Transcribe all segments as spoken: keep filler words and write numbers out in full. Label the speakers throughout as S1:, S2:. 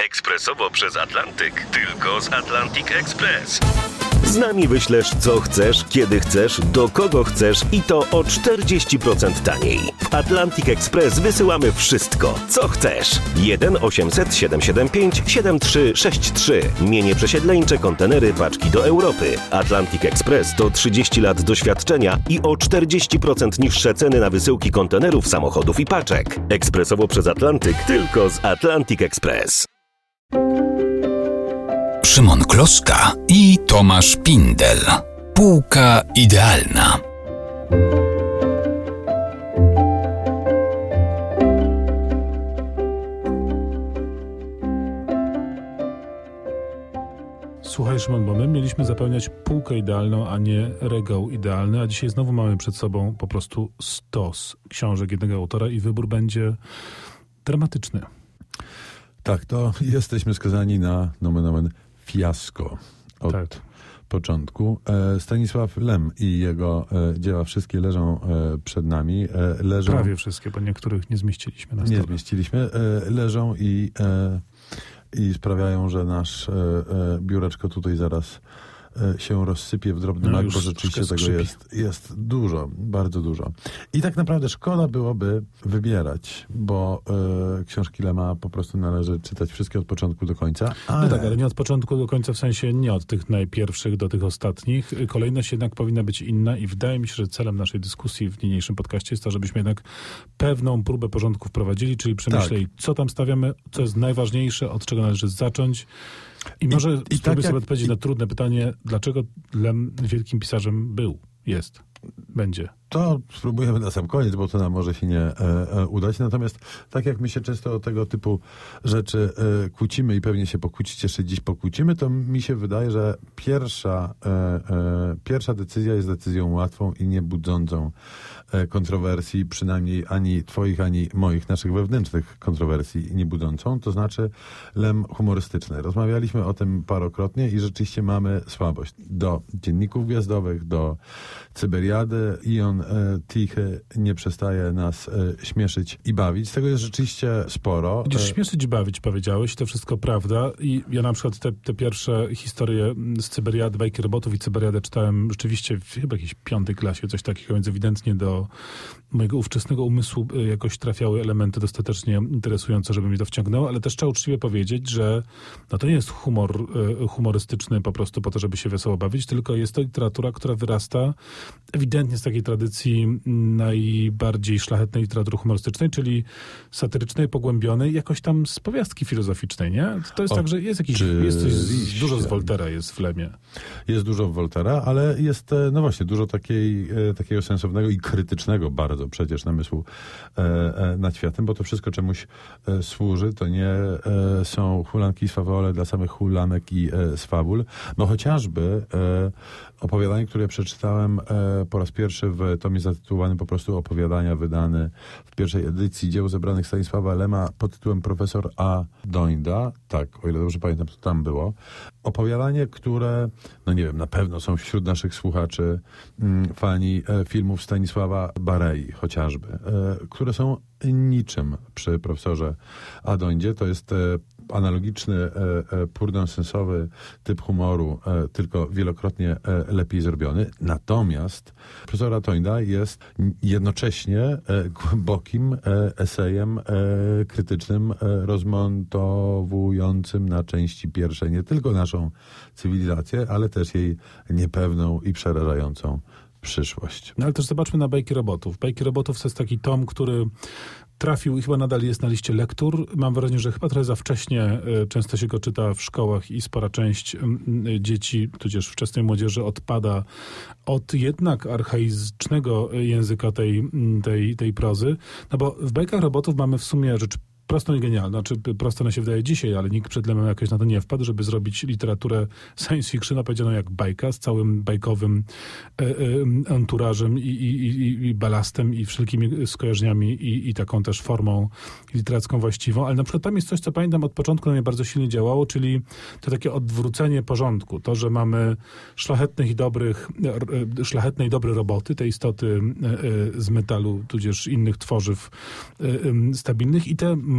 S1: Ekspresowo przez Atlantyk. Tylko z Atlantic Express. Z nami wyślesz co chcesz, kiedy chcesz, do kogo chcesz i to o czterdzieści procent taniej. W Atlantic Express wysyłamy wszystko, co chcesz. jeden osiemset siedemset siedemdziesiąt pięć siedemdziesiąt trzy sześćdziesiąt trzy. Mienie przesiedleńcze, kontenery, paczki do Europy. Atlantic Express to trzydzieści lat doświadczenia i o czterdzieści procent niższe ceny na wysyłki kontenerów, samochodów i paczek. Ekspresowo przez Atlantyk, tylko z Atlantic Express.
S2: Szymon Kloska i Tomasz Pindel. Półka idealna.
S3: Słuchaj, Szymon, bo my mieliśmy zapełniać półkę idealną, a nie regał idealny, a dzisiaj znowu mamy przed sobą po prostu stos książek jednego autora i wybór będzie dramatyczny.
S4: Tak, to jesteśmy skazani na nomen omen fiasko od
S3: tak.
S4: początku. E, Stanisław Lem i jego e, dzieła wszystkie leżą e, przed nami. E, leżą,
S3: Prawie wszystkie, bo niektórych nie zmieściliśmy na stole.
S4: Nie zmieściliśmy. E, leżą i, e, i sprawiają, że nasz e, e, biureczko tutaj zaraz się rozsypie w drobny
S3: no,
S4: mak, bo rzeczywiście tego jest, jest dużo, bardzo dużo. I tak naprawdę szkoda byłoby wybierać, bo y, książki Lema po prostu należy czytać wszystkie od początku do końca. Ale...
S3: No tak, ale nie od początku do końca, w sensie nie od tych najpierwszych do tych ostatnich. Kolejność jednak powinna być inna i wydaje mi się, że celem naszej dyskusji w niniejszym podcaście jest to, żebyśmy jednak pewną próbę porządku wprowadzili, czyli przemyśleli, tak. co tam stawiamy, co jest najważniejsze, od czego należy zacząć. I może I, i spróbuję tak sobie jak, odpowiedzieć i... na trudne pytanie, dlaczego Lem wielkim pisarzem był, jest, będzie.
S4: To spróbujemy na sam koniec, bo to nam może się nie e, e, udać. Natomiast tak jak my się często o tego typu rzeczy e, kłócimy i pewnie się pokłócić, jeszcze dziś pokłócimy, to mi się wydaje, że pierwsza, e, e, pierwsza decyzja jest decyzją łatwą i nie budzącą e, kontrowersji, przynajmniej ani twoich, ani moich, naszych wewnętrznych kontrowersji nie budzącą. To znaczy Lem humorystyczny. Rozmawialiśmy o tym parokrotnie i rzeczywiście mamy słabość do dzienników gwiazdowych, do Cyberiady i on e, Tichy nie przestaje nas e, śmieszyć i bawić. Tego jest rzeczywiście sporo.
S3: Będziesz śmieszyć i bawić, powiedziałeś, to wszystko prawda. I ja na przykład te, te pierwsze historie z Cyberiady, bajki robotów i Cyberiadę czytałem rzeczywiście w chyba jakiejś piątej klasie, coś takiego, więc ewidentnie do mojego ówczesnego umysłu jakoś trafiały elementy dostatecznie interesujące, żeby mnie to wciągnęło, ale też trzeba uczciwie powiedzieć, że no to nie jest humor humorystyczny po prostu po to, żeby się wesoło bawić, tylko jest to literatura, która wyrasta ewidentnie z takiej tradycji najbardziej szlachetnej literatury humorystycznej, czyli satyrycznej, pogłębionej, jakoś tam z powiastki filozoficznej, nie? To jest o, tak, że jest jakiś, jest coś z, dużo z Voltera jest w Lemie.
S4: Jest dużo Voltera, ale jest, no właśnie, dużo takiej, takiego sensownego i krytycznego bardzo przecież namysłu e, nad światem, bo to wszystko czemuś e, służy. To nie e, są hulanki i swawole dla samych hulanek i e, swabul, bo chociażby e, opowiadanie, które przeczytałem e, po raz pierwszy w tomie zatytułowanym po prostu Opowiadania, wydany w pierwszej edycji dzieł zebranych Stanisława Lema pod tytułem Profesor A. Dońda. Tak, o ile dobrze pamiętam, to tam było. Opowiadanie, które, no nie wiem, na pewno są wśród naszych słuchaczy mm, fani e, filmów Stanisława Barei chociażby, e, które są niczym przy profesorze Adondzie. To jest e, analogiczny, e, e, purnonsensowy typ humoru, e, tylko wielokrotnie e, lepiej zrobiony. Natomiast profesor Adonda jest jednocześnie e, głębokim e, esejem e, krytycznym, e, rozmontowującym na części pierwsze nie tylko naszą cywilizację, ale też jej niepewną i przerażającą przyszłość.
S3: No ale też zobaczmy na Bajki robotów. Bajki robotów to jest taki tom, który trafił i chyba nadal jest na liście lektur. Mam wrażenie, że chyba trochę za wcześnie często się go czyta w szkołach i spora część dzieci, tudzież wczesnej młodzieży odpada od jednak archaicznego języka tej, tej, tej prozy. No bo w Bajkach robotów mamy w sumie rzecz prostą i genialną. Znaczy, prosto ona się wydaje dzisiaj, ale nikt przed Lemem jakoś na to nie wpadł, żeby zrobić literaturę science fiction opowiedzianą jak bajka, z całym bajkowym e, e, anturażem i, i, i, i balastem i wszelkimi skojarzeniami i, i taką też formą literacką właściwą. Ale na przykład tam jest coś, co pamiętam od początku na mnie bardzo silnie działało, czyli to takie odwrócenie porządku. To, że mamy szlachetnych i dobrych, e, szlachetne i dobre roboty, te istoty e, e, z metalu, tudzież innych tworzyw e, e, stabilnych i te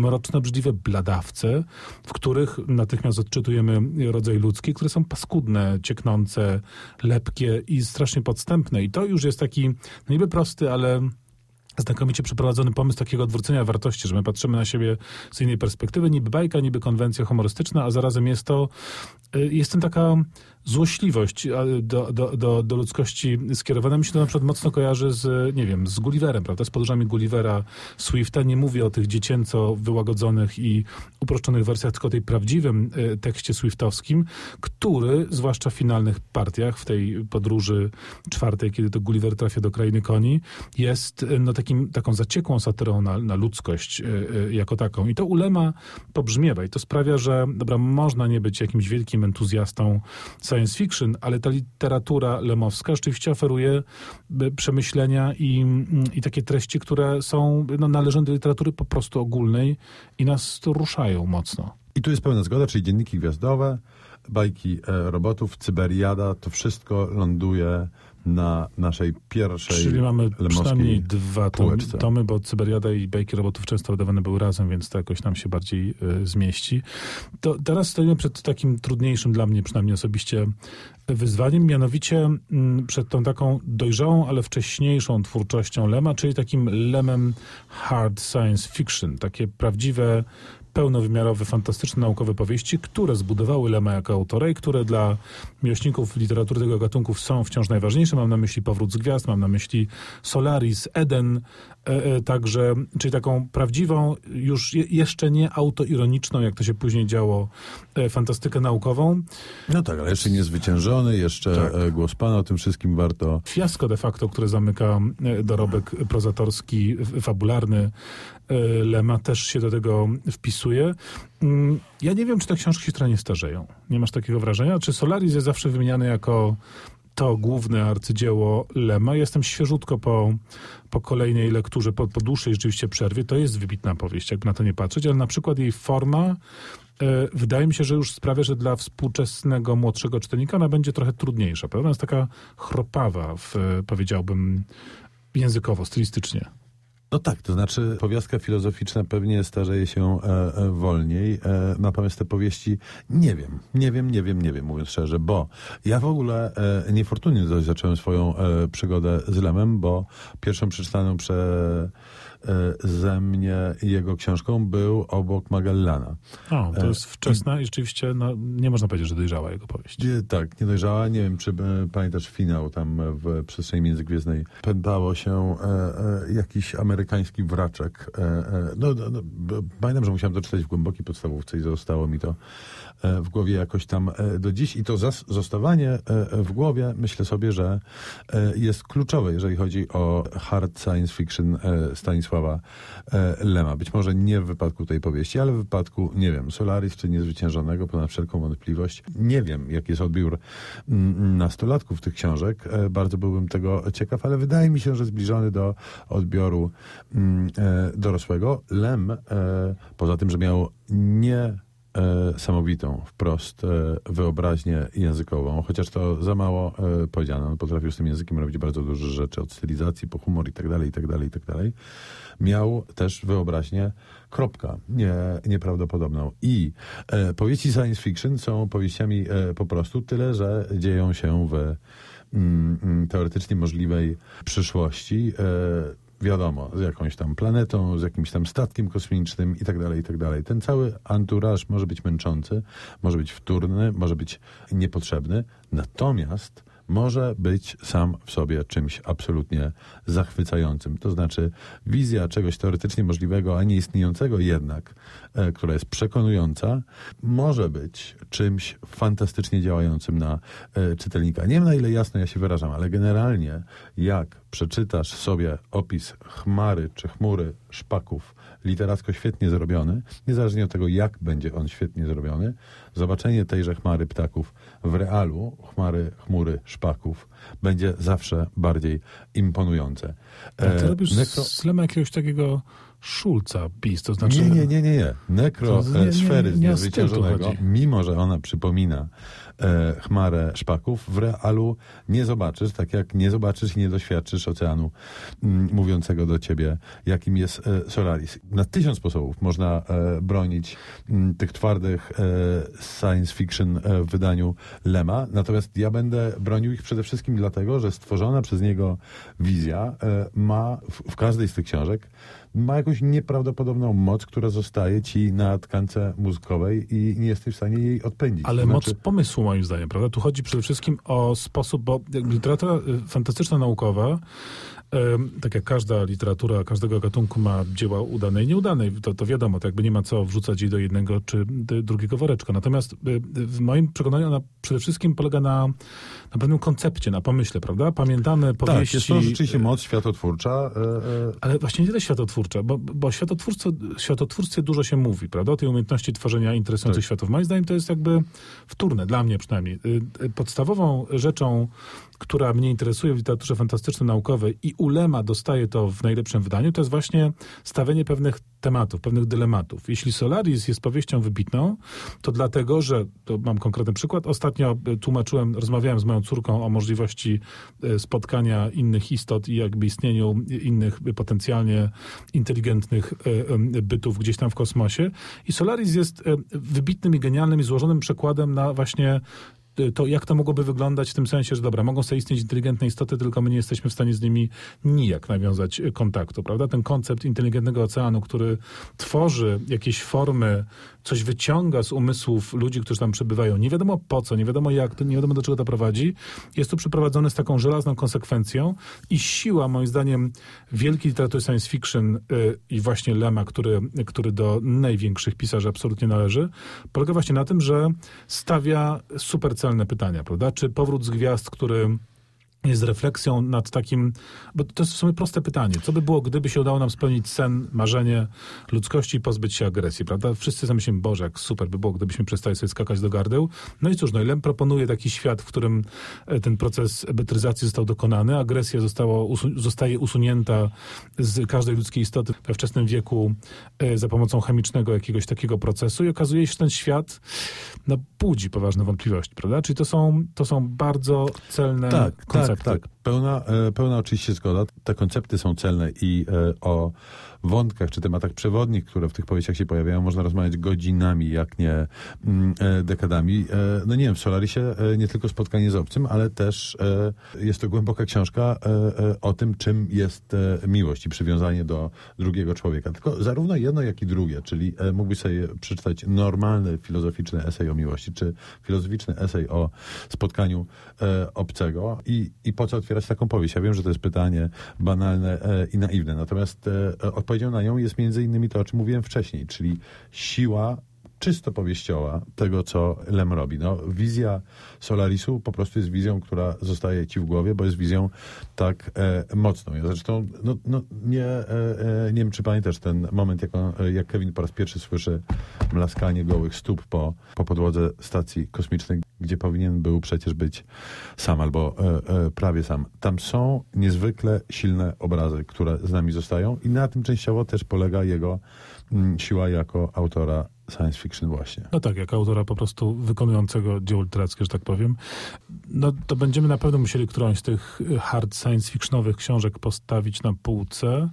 S3: mroczne, obrzydliwe bladawce, w których natychmiast odczytujemy rodzaj ludzki, które są paskudne, cieknące, lepkie i strasznie podstępne. I to już jest taki no niby prosty, ale znakomicie przeprowadzony pomysł takiego odwrócenia wartości, że my patrzymy na siebie z innej perspektywy, niby bajka, niby konwencja humorystyczna, a zarazem jest to, jest tam taka złośliwość do, do, do, do ludzkości skierowana. Mi się to na przykład mocno kojarzy z, nie wiem, z Gulliverem, prawda, z podróżami Gullivera, Swifta. Nie mówię o tych dziecięco wyłagodzonych i uproszczonych wersjach, tylko o tej prawdziwym tekście swiftowskim, który, zwłaszcza w finalnych partiach, w tej podróży czwartej, kiedy to Gulliver trafia do krainy koni, jest no, takim, taką zaciekłą satyrą na, na ludzkość y, y, jako taką. I to u Lema pobrzmiewa i to sprawia, że dobra, można nie być jakimś wielkim entuzjastą science fiction, ale ta literatura lemowska rzeczywiście oferuje przemyślenia i, i takie treści, które są, no, należą do literatury po prostu ogólnej i nas to ruszają mocno.
S4: I tu jest pełna zgoda, czyli dzienniki gwiazdowe, bajki e, robotów, Cyberiada, to wszystko ląduje na naszej pierwszej
S3: Czyli mamy przynajmniej dwa tom,
S4: półeczce.
S3: tomy, bo Cyberiada i bajki robotów często wydawane były razem, więc to jakoś nam się bardziej y, zmieści. To teraz stoimy przed takim trudniejszym dla mnie przynajmniej osobiście wyzwaniem, mianowicie m, przed tą taką dojrzałą, ale wcześniejszą twórczością Lema, czyli takim Lemem hard science fiction, takie prawdziwe, pełnowymiarowe, fantastyczne naukowe powieści, które zbudowały Lema jako autora i które dla miłośników literatury tego gatunku są wciąż najważniejsze. Mam na myśli Powrót z Gwiazd, mam na myśli Solaris, Eden, e, e, także, czyli taką prawdziwą, już je, jeszcze nie autoironiczną, jak to się później działo, e, fantastykę naukową.
S4: No tak, ale jeszcze niezwyciężony, jeszcze
S3: Tak.
S4: tak. Głos Pana, o tym wszystkim warto...
S3: Fiasko de facto, które zamyka e, dorobek prozatorski, f- fabularny e, Lema, też się do tego wpisuje. Mm, Ja nie wiem, czy te książki się trochę nie starzeją. Nie masz takiego wrażenia? Czy Solaris jest zawsze wymieniany jako to główne arcydzieło Lema? Jestem świeżutko po, po kolejnej lekturze, po, po dłuższej rzeczywiście przerwie. To jest wybitna powieść, jakby na to nie patrzeć, ale na przykład jej forma e, wydaje mi się, że już sprawia, że dla współczesnego, młodszego czytelnika ona będzie trochę trudniejsza. Prawda? Ona jest taka chropawa, w, powiedziałbym, językowo, stylistycznie.
S4: No tak, to znaczy powiastka filozoficzna pewnie starzeje się e, e, wolniej, e, natomiast te powieści nie wiem, nie wiem, nie wiem, nie wiem, mówiąc szczerze, bo ja w ogóle e, niefortunnie dość zacząłem swoją e, przygodę z Lemem, bo pierwszą przeczytaną prze, e, ze mnie jego książką był Obok Magellana.
S3: O, to jest wczesna i rzeczywiście no, nie można powiedzieć, że dojrzała jego powieść.
S4: Nie, tak, nie dojrzała. Nie wiem, czy e, pamiętasz finał tam w przestrzeni międzygwiezdnej. Pętało się e, e, jakiś amerykański wraczek. E, e, no, no, no, pamiętam, że musiałem to czytać w głębokiej podstawówce i zostało mi to e, w głowie jakoś tam e, do dziś. I to zas, zostawanie e, w głowie, myślę sobie, że e, jest kluczowe, jeżeli chodzi o hard science fiction e, Stanisława e, Lema. Być może nie w wypadku tej powieści, ale w wypadku, nie wiem, Solaris czy Niezwyciężonego, ponad wszelką wątpliwość. Nie wiem, jaki jest odbiór mm, nastolatków tych książek. E, bardzo byłbym tego ciekaw, ale wydaje mi się, że zbliżony do odbioru mm, e, dorosłego. Lem, e, poza tym, że miał nie niesamowitą wprost e, wyobraźnię językową, chociaż to za mało e, powiedziane. On potrafił z tym językiem robić bardzo dużo rzeczy, od stylizacji po humor i tak dalej, i tak dalej, i tak dalej. Miał też wyobraźnię, kropka, nie, nieprawdopodobną. I e, powieści science fiction są powieściami e, po prostu tyle, że dzieją się w mm, teoretycznie możliwej przyszłości. E, Wiadomo, z jakąś tam planetą, z jakimś tam statkiem kosmicznym i tak dalej, i tak dalej. Ten cały anturaż może być męczący, może być wtórny, może być niepotrzebny, natomiast może być sam w sobie czymś absolutnie zachwycającym. To znaczy wizja czegoś teoretycznie możliwego, a nie istniejącego jednak, e, która jest przekonująca, może być czymś fantastycznie działającym na e, czytelnika. Nie wiem, na ile jasno ja się wyrażam, ale generalnie jak przeczytasz sobie opis chmary czy chmury szpaków, literacko świetnie zrobiony, niezależnie od tego, jak będzie on świetnie zrobiony, zobaczenie tejże chmary ptaków w realu, chmary, chmury szpaków, będzie zawsze bardziej imponujące.
S3: A ty robisz
S4: Nekro...
S3: z Lema jakiegoś takiego Schulza bis, to znaczy...
S4: Nie, nie, nie, nie, nie. Nekrosfery
S3: nie,
S4: z
S3: nie o styl tu
S4: niezwyciężonego,
S3: chodzi.
S4: mimo że ona przypomina e, chmarę szpaków, w realu nie zobaczysz, tak jak nie zobaczysz i nie doświadczysz oceanu m, mówiącego do ciebie, jakim jest e, Solaris. Na tysiąc sposobów można e, bronić m, tych twardych e, science fiction e, w wydaniu Lema, natomiast ja będę bronił ich przede wszystkim dlatego, że stworzona przez niego wizja e, ma w, w każdej z tych książek ma jakąś nieprawdopodobną moc, która zostaje ci na tkance mózgowej i nie jesteś w stanie jej odpędzić.
S3: Ale
S4: To
S3: moc
S4: znaczy,
S3: pomysłu, moim zdaniem, prawda? Tu chodzi przede wszystkim o sposób, bo jakby literatura y, fantastyczna, naukowa, y, tak jak każda literatura, każdego gatunku ma dzieła udane i nieudane. To, to wiadomo, to jakby nie ma co wrzucać jej do jednego czy do drugiego woreczka. Natomiast y, w moim przekonaniu ona przede wszystkim polega na, na pewnym koncepcie, na pomyśle, prawda? Pamiętamy powieści...
S4: tak, jest to rzeczywiście moc światotwórcza. E, e,
S3: Ale właśnie nie tyle światotwórcza, bo, bo o światotwórcy, światotwórcy dużo się mówi, prawda? O tej umiejętności tworzenia interesujących
S4: Tak.
S3: światów. Moim zdaniem to jest jakby wtórne, dla mnie przynajmniej. Y, y, Podstawową rzeczą, która mnie interesuje w literaturze fantastyczno-naukowej i u Lema dostaje to w najlepszym wydaniu, to jest właśnie stawianie pewnych tematów, pewnych dylematów. Jeśli Solaris jest powieścią wybitną, to dlatego, że, to mam konkretny przykład, ostatnio y, tłumaczyłem, rozmawiałem z moją córką o możliwości y, spotkania innych istot i jakby istnieniu innych y, potencjalnie inteligentnych y, y, bytów gdzieś tam w kosmosie. I Solaris jest y, wybitnym i genialnym i złożonym przekładem na właśnie to, jak to mogłoby wyglądać w tym sensie, że dobra, mogą sobie istnieć inteligentne istoty, tylko my nie jesteśmy w stanie z nimi nijak nawiązać kontaktu, prawda? Ten koncept inteligentnego oceanu, który tworzy jakieś formy, coś wyciąga z umysłów ludzi, którzy tam przebywają. Nie wiadomo po co, nie wiadomo jak, to nie wiadomo do czego to prowadzi. Jest to przeprowadzone z taką żelazną konsekwencją i siła, moim zdaniem, wielkiej literatury science fiction yy, i właśnie Lema, który, który do największych pisarzy absolutnie należy, polega właśnie na tym, że stawia super celne pytania, prawda? Czy powrót z gwiazd, który jest refleksją nad takim, bo to jest w sumie proste pytanie. Co by było, gdyby się udało nam spełnić sen, marzenie ludzkości i pozbyć się agresji, prawda? Wszyscy sobie myślimy, Boże, jak super by było, gdybyśmy przestali sobie skakać do gardeł. No i cóż, no i Lem proponuje taki świat, w którym ten proces betryzacji został dokonany, agresja została, usu- zostaje usunięta z każdej ludzkiej istoty we wczesnym wieku e, za pomocą chemicznego jakiegoś takiego procesu i okazuje się, że ten świat no, budzi poważne wątpliwości, prawda? Czyli to są, to są bardzo celne
S4: tak,
S3: koncepty.
S4: tak, tak. Pełna, e, pełna oczywiście zgoda. Te koncepty są celne i e, o wątkach czy tematach przewodnich, które w tych powieściach się pojawiają, można rozmawiać godzinami, jak nie mm, e, dekadami. E, no nie wiem, w Solarisie e, nie tylko spotkanie z obcym, ale też e, jest to głęboka książka e, e, o tym, czym jest e, miłość i przywiązanie do drugiego człowieka. Tylko zarówno jedno, jak i drugie, czyli e, mógłbyś sobie przeczytać normalny, filozoficzny esej o miłości, czy filozoficzny esej o spotkaniu e, obcego i, i po co otwierać taką powieść? Ja wiem, że to jest pytanie banalne e, i naiwne, natomiast e, odpowiedzią na nią jest między innymi to, o czym mówiłem wcześniej, czyli siła czysto powieściowa tego, co Lem robi. No, wizja Solarisu po prostu jest wizją, która zostaje ci w głowie, bo jest wizją tak e, mocną. Ja zresztą no, no, nie, e, e, nie wiem, czy pamiętasz ten moment, jak, on, jak Kevin po raz pierwszy słyszy mlaskanie gołych stóp po, po podłodze stacji kosmicznej, gdzie powinien był przecież być sam, albo e, e, prawie sam. Tam są niezwykle silne obrazy, które z nami zostają i na tym częściowo też polega jego m, siła jako autora science fiction właśnie.
S3: No tak, jak autora po prostu wykonującego dzieło literackie, że tak powiem. No to będziemy na pewno musieli którąś z tych hard science fictionowych książek postawić na półce,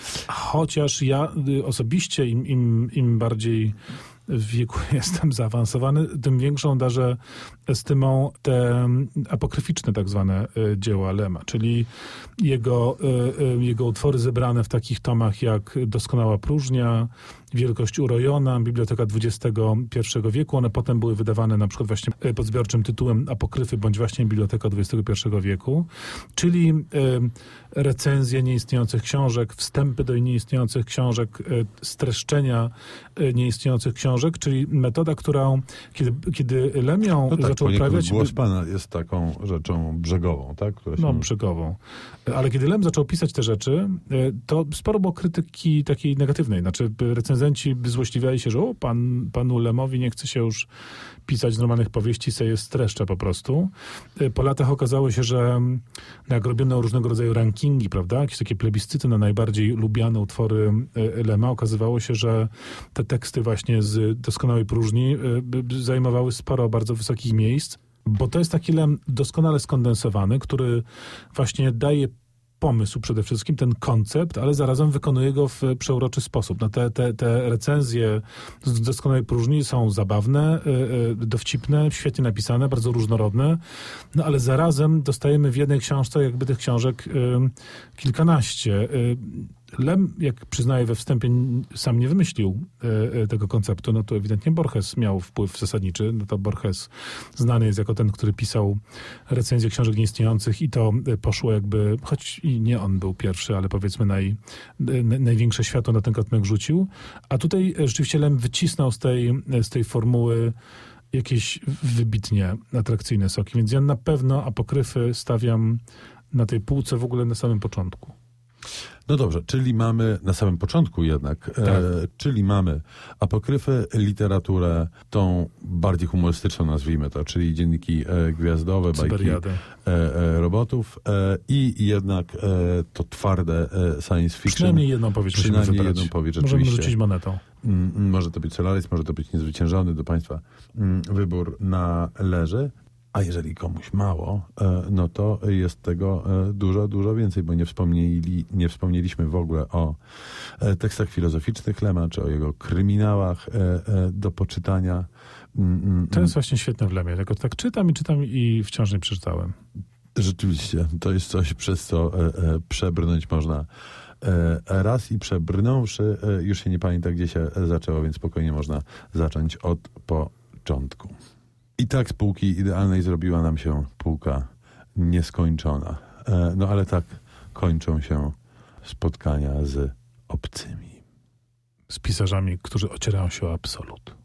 S3: chociaż ja y, osobiście im, im, im bardziej w wieku jestem zaawansowany, tym większą darzę estymą te apokryficzne tak zwane y, dzieła Lema, czyli jego, y, y, jego utwory zebrane w takich tomach jak Doskonała próżnia, Wielkość urojona, Biblioteka dwudziestego pierwszego wieku. One potem były wydawane na przykład właśnie pod zbiorczym tytułem Apokryfy, bądź właśnie Biblioteka dwudziestego pierwszego wieku, czyli y, recenzje nieistniejących książek, wstępy do nieistniejących książek, y, streszczenia y, nieistniejących książek, książek, czyli metoda, którą, kiedy, kiedy Lem ją
S4: No tak,
S3: zaczął
S4: poniekąd
S3: uprawiać...
S4: głos pana jest taką rzeczą brzegową, tak? Która się...
S3: No, brzegową. Ale kiedy Lem zaczął pisać te rzeczy, to sporo było krytyki takiej negatywnej. Znaczy recenzenci złośliwiali się, że o, pan, panu Lemowi nie chce się już pisać normalnych powieści, se je streszcza po prostu. Po latach okazało się, że jak robiono różnego rodzaju rankingi, prawda, jakieś takie plebiscyty na najbardziej lubiane utwory Lema, okazywało się, że te teksty właśnie z Doskonałej próżni zajmowały sporo bardzo wysokich miejsc, bo to jest taki Lem doskonale skondensowany, który właśnie daje pomysł przede wszystkim, ten koncept, ale zarazem wykonuje go w przeuroczy sposób. No te, te, te recenzje z Doskonałej próżni są zabawne, yy, dowcipne, świetnie napisane, bardzo różnorodne, no ale zarazem dostajemy w jednej książce jakby tych książek yy, kilkanaście. Yy, Lem, jak przyznaję we wstępie, sam nie wymyślił e, tego konceptu, no to ewidentnie Borges miał wpływ zasadniczy. No to Borges znany jest jako ten, który pisał recenzje książek nieistniejących i to poszło jakby, choć i nie on był pierwszy, ale powiedzmy naj, naj, największe światło na ten gatunek rzucił. A tutaj rzeczywiście Lem wycisnął z tej, z tej formuły jakieś wybitnie atrakcyjne soki. Więc ja na pewno apokryfy stawiam na tej półce w ogóle na samym początku.
S4: No dobrze, czyli mamy na samym początku jednak, tak. e, czyli mamy apokryfy, literaturę tą bardziej humorystyczną, nazwijmy to, czyli dzienniki e, gwiazdowe, bajki e, e, robotów e, i jednak e, to twarde e, science fiction.
S3: Przynajmniej jedną powieść
S4: Przynajmniej jedną powieść,
S3: Możemy rzucić monetą.
S4: Mm, może to być Solaris, może to być Niezwyciężony, do Państwa mm, wybór należy. A jeżeli komuś mało, no to jest tego dużo, dużo więcej, bo nie, wspomnieli, nie wspomnieliśmy w ogóle o tekstach filozoficznych Lema, czy o jego kryminałach do poczytania.
S3: To jest właśnie świetne w Lemie. Tylko tak czytam i czytam i wciąż nie przeczytałem.
S4: Rzeczywiście, to jest coś, przez co przebrnąć można raz i przebrnąwszy, już się nie pamięta, gdzie się zaczęło, więc spokojnie można zacząć od początku. I tak z półki idealnej zrobiła nam się półka nieskończona. No ale tak kończą się spotkania z obcymi.
S3: Z pisarzami, którzy ocierają się o absolut.